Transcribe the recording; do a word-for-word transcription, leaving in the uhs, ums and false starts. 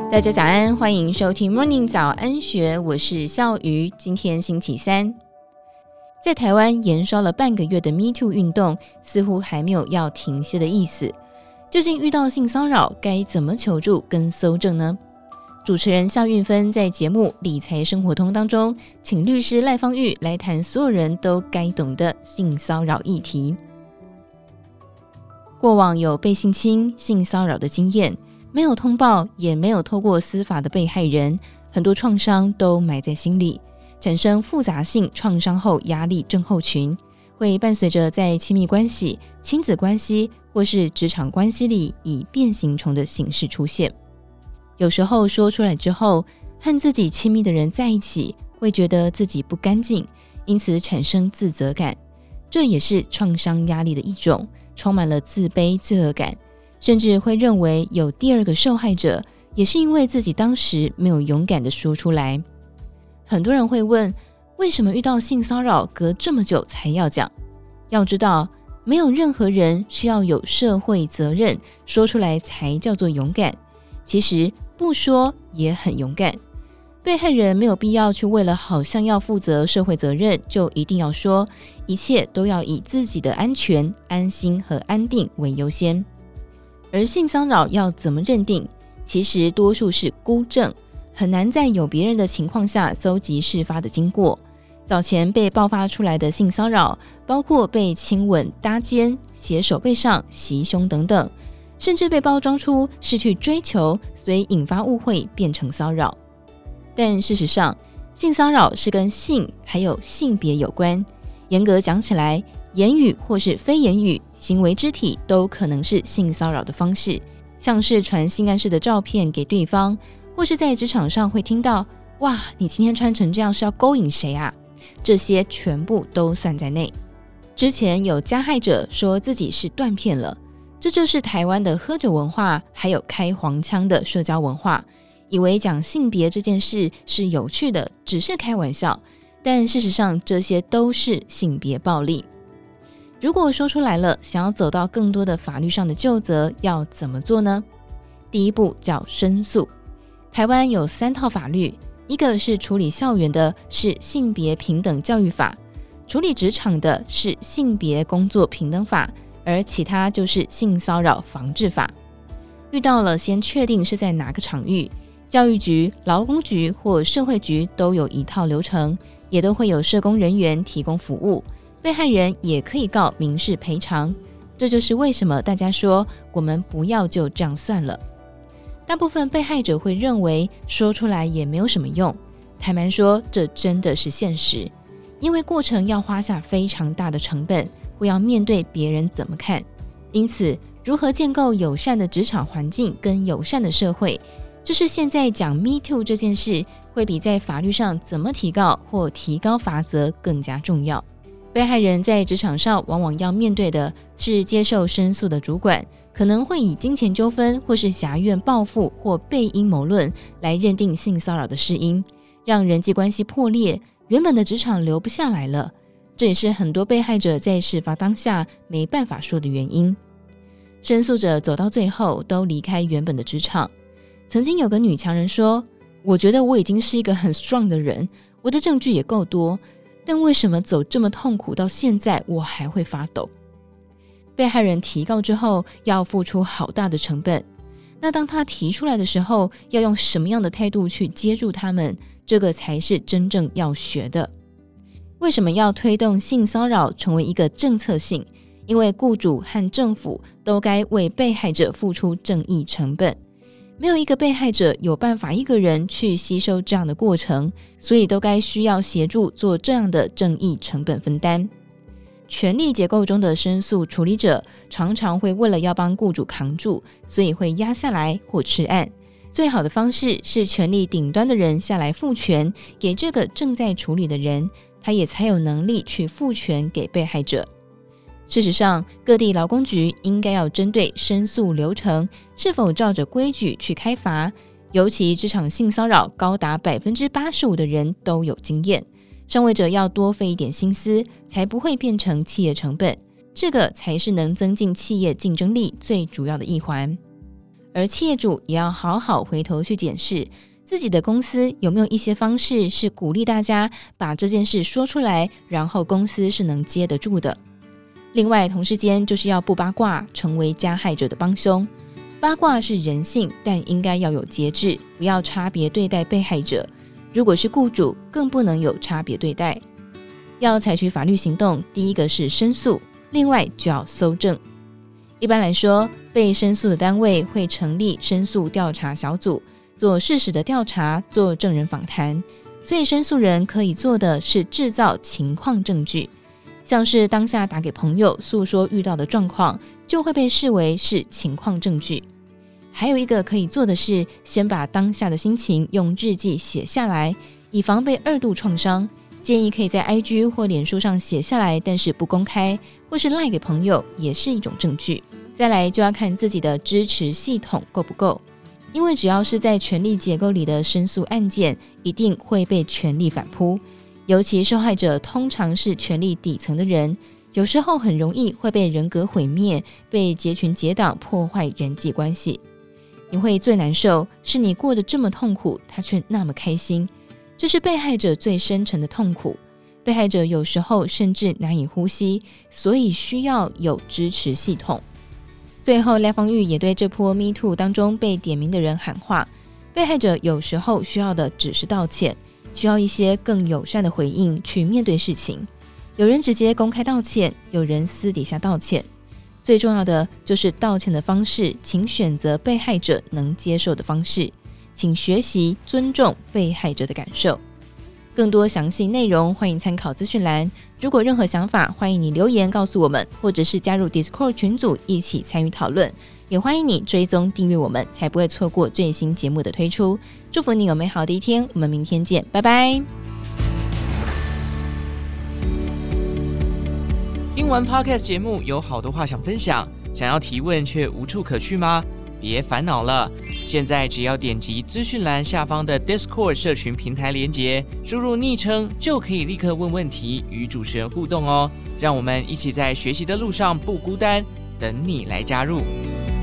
大家早安，欢迎收听 Morning 早安学，我是笑瑜。今天星期三，在台湾延烧了半个月的 Me Too 运动似乎还没有要停歇的意思。究竟遇到性骚扰该怎么求助跟搜证呢？主持人夏运芬在节目理财生活通当中，请律师赖芳玉来谈所有人都该懂的性骚扰议题。过往有被性侵、性骚扰的经验，没有通报也没有透过司法的被害人，很多创伤都埋在心里，产生复杂性创伤后压力症候群，会伴随着在亲密关系、亲子关系或是职场关系里以变形虫的形式出现。有时候说出来之后，和自己亲密的人在一起，会觉得自己不干净，因此产生自责感，这也是创伤压力的一种，充满了自卑、罪恶感，甚至会认为有第二个受害者，也是因为自己当时没有勇敢地说出来。很多人会问，为什么遇到性骚扰隔这么久才要讲？要知道，没有任何人是要有社会责任，说出来才叫做勇敢。其实不说也很勇敢。被害人没有必要去为了好像要负责社会责任，就一定要说，一切都要以自己的安全、安心和安定为优先。而性骚扰要怎么认定？其实多数是孤证，很难在有别人的情况下搜集事发的经过。早前被爆发出来的性骚扰，包括被亲吻、搭肩、写手背上、袭胸等等，甚至被包装出是去追求，所以引发误会变成骚扰。但事实上，性骚扰是跟性还有性别有关，严格讲起来，言语或是非言语、行为肢体都可能是性骚扰的方式，像是传性暗示的照片给对方，或是在职场上会听到，哇，你今天穿成这样是要勾引谁啊？这些全部都算在内。之前有加害者说自己是断片了，这就是台湾的喝酒文化，还有开黄腔的社交文化，以为讲性别这件事是有趣的，只是开玩笑，但事实上这些都是性别暴力。如果说出来了，想要走到更多的法律上的究责，要怎么做呢？第一步叫申诉。台湾有三套法律，一个是处理校园的，是性别平等教育法；处理职场的是性别工作平等法，而其他就是性骚扰防治法。遇到了先确定是在哪个场域，教育局、劳工局或社会局都有一套流程，也都会有社工人员提供服务，被害人也可以告民事赔偿。这就是为什么大家说我们不要就这样算了。大部分被害者会认为说出来也没有什么用，坦白说这真的是现实，因为过程要花下非常大的成本，会要面对别人怎么看。因此如何建构友善的职场环境跟友善的社会，这是现在讲 Me Too 这件事会比在法律上怎么提告或提高罚则更加重要。被害人在职场上往往要面对的是接受申诉的主管，可能会以金钱纠纷或是辖院报复或被阴谋论来认定性骚扰的事因，让人际关系破裂，原本的职场留不下来了。这也是很多被害者在事发当下没办法说的原因。申诉者走到最后都离开原本的职场。曾经有个女强人说，我觉得我已经是一个很 strong 的人，我的证据也够多，但为什么走这么痛苦到现在我还会发抖？被害人提告之后要付出好大的成本，那当他提出来的时候，要用什么样的态度去接住他们，这个才是真正要学的。为什么要推动性骚扰成为一个政策性？因为雇主和政府都该为被害者付出正义成本，没有一个被害者有办法一个人去吸收这样的过程，所以都该需要协助做这样的正义成本分担。权力结构中的申诉处理者常常会为了要帮雇主扛住，所以会压下来或吃案。最好的方式是权力顶端的人下来赋权给这个正在处理的人，他也才有能力去赋权给被害者。事实上，各地劳工局应该要针对申诉流程是否照着规矩去开罚，尤其职场性骚扰高达 百分之八十五 的人都有经验，上位者要多费一点心思，才不会变成企业成本，这个才是能增进企业竞争力最主要的一环。 而企业主也要好好回头去检视自己的公司有没有一些方式是鼓励大家把这件事说出来，然后公司是能接得住的。另外，同事间就是要不八卦，成为加害者的帮凶。八卦是人性，但应该要有节制，不要差别对待被害者。如果是雇主，更不能有差别对待。要采取法律行动，第一个是申诉，另外就要搜证。一般来说，被申诉的单位会成立申诉调查小组，做事实的调查，做证人访谈。所以申诉人可以做的是制造情况证据，像是当下打给朋友诉说遇到的状况，就会被视为是情况证据。还有一个可以做的是，先把当下的心情用日记写下来，以防被二度创伤。建议可以在 I G 或脸书上写下来，但是不公开，或是赖给朋友，也是一种证据。再来就要看自己的支持系统够不够，因为只要是在权力结构里的申诉案件，一定会被权力反扑，尤其受害者通常是权力底层的人，有时候很容易会被人格毁灭，被结群结党破坏人际关系。你会最难受，是你过得这么痛苦，他却那么开心，这是被害者最深沉的痛苦。被害者有时候甚至难以呼吸，所以需要有支持系统。最后，赖芳玉也对这波 Me Too 当中被点名的人喊话，被害者有时候需要的只是道歉，需要一些更友善的回应去面对事情。有人直接公开道歉，有人私底下道歉，最重要的就是道歉的方式，请选择被害者能接受的方式，请学习尊重被害者的感受。更多详细内容欢迎参考资讯栏，如果任何想法，欢迎你留言告诉我们，或者是加入 Discord 群组一起参与讨论。也欢迎你追踪订阅我们，才不会错过最新节目的推出。祝福你有美好的一天，我们明天见，拜拜。 听完 Podcast 节目有好多话想分享，想要提问却无处可去吗？别烦恼了，现在只要点击资讯栏下方的 Discord 社群平台连结，输入昵称就可以立刻问问题，与主持人互动哦。让我们一起在学习的路上不孤单，等你来加入。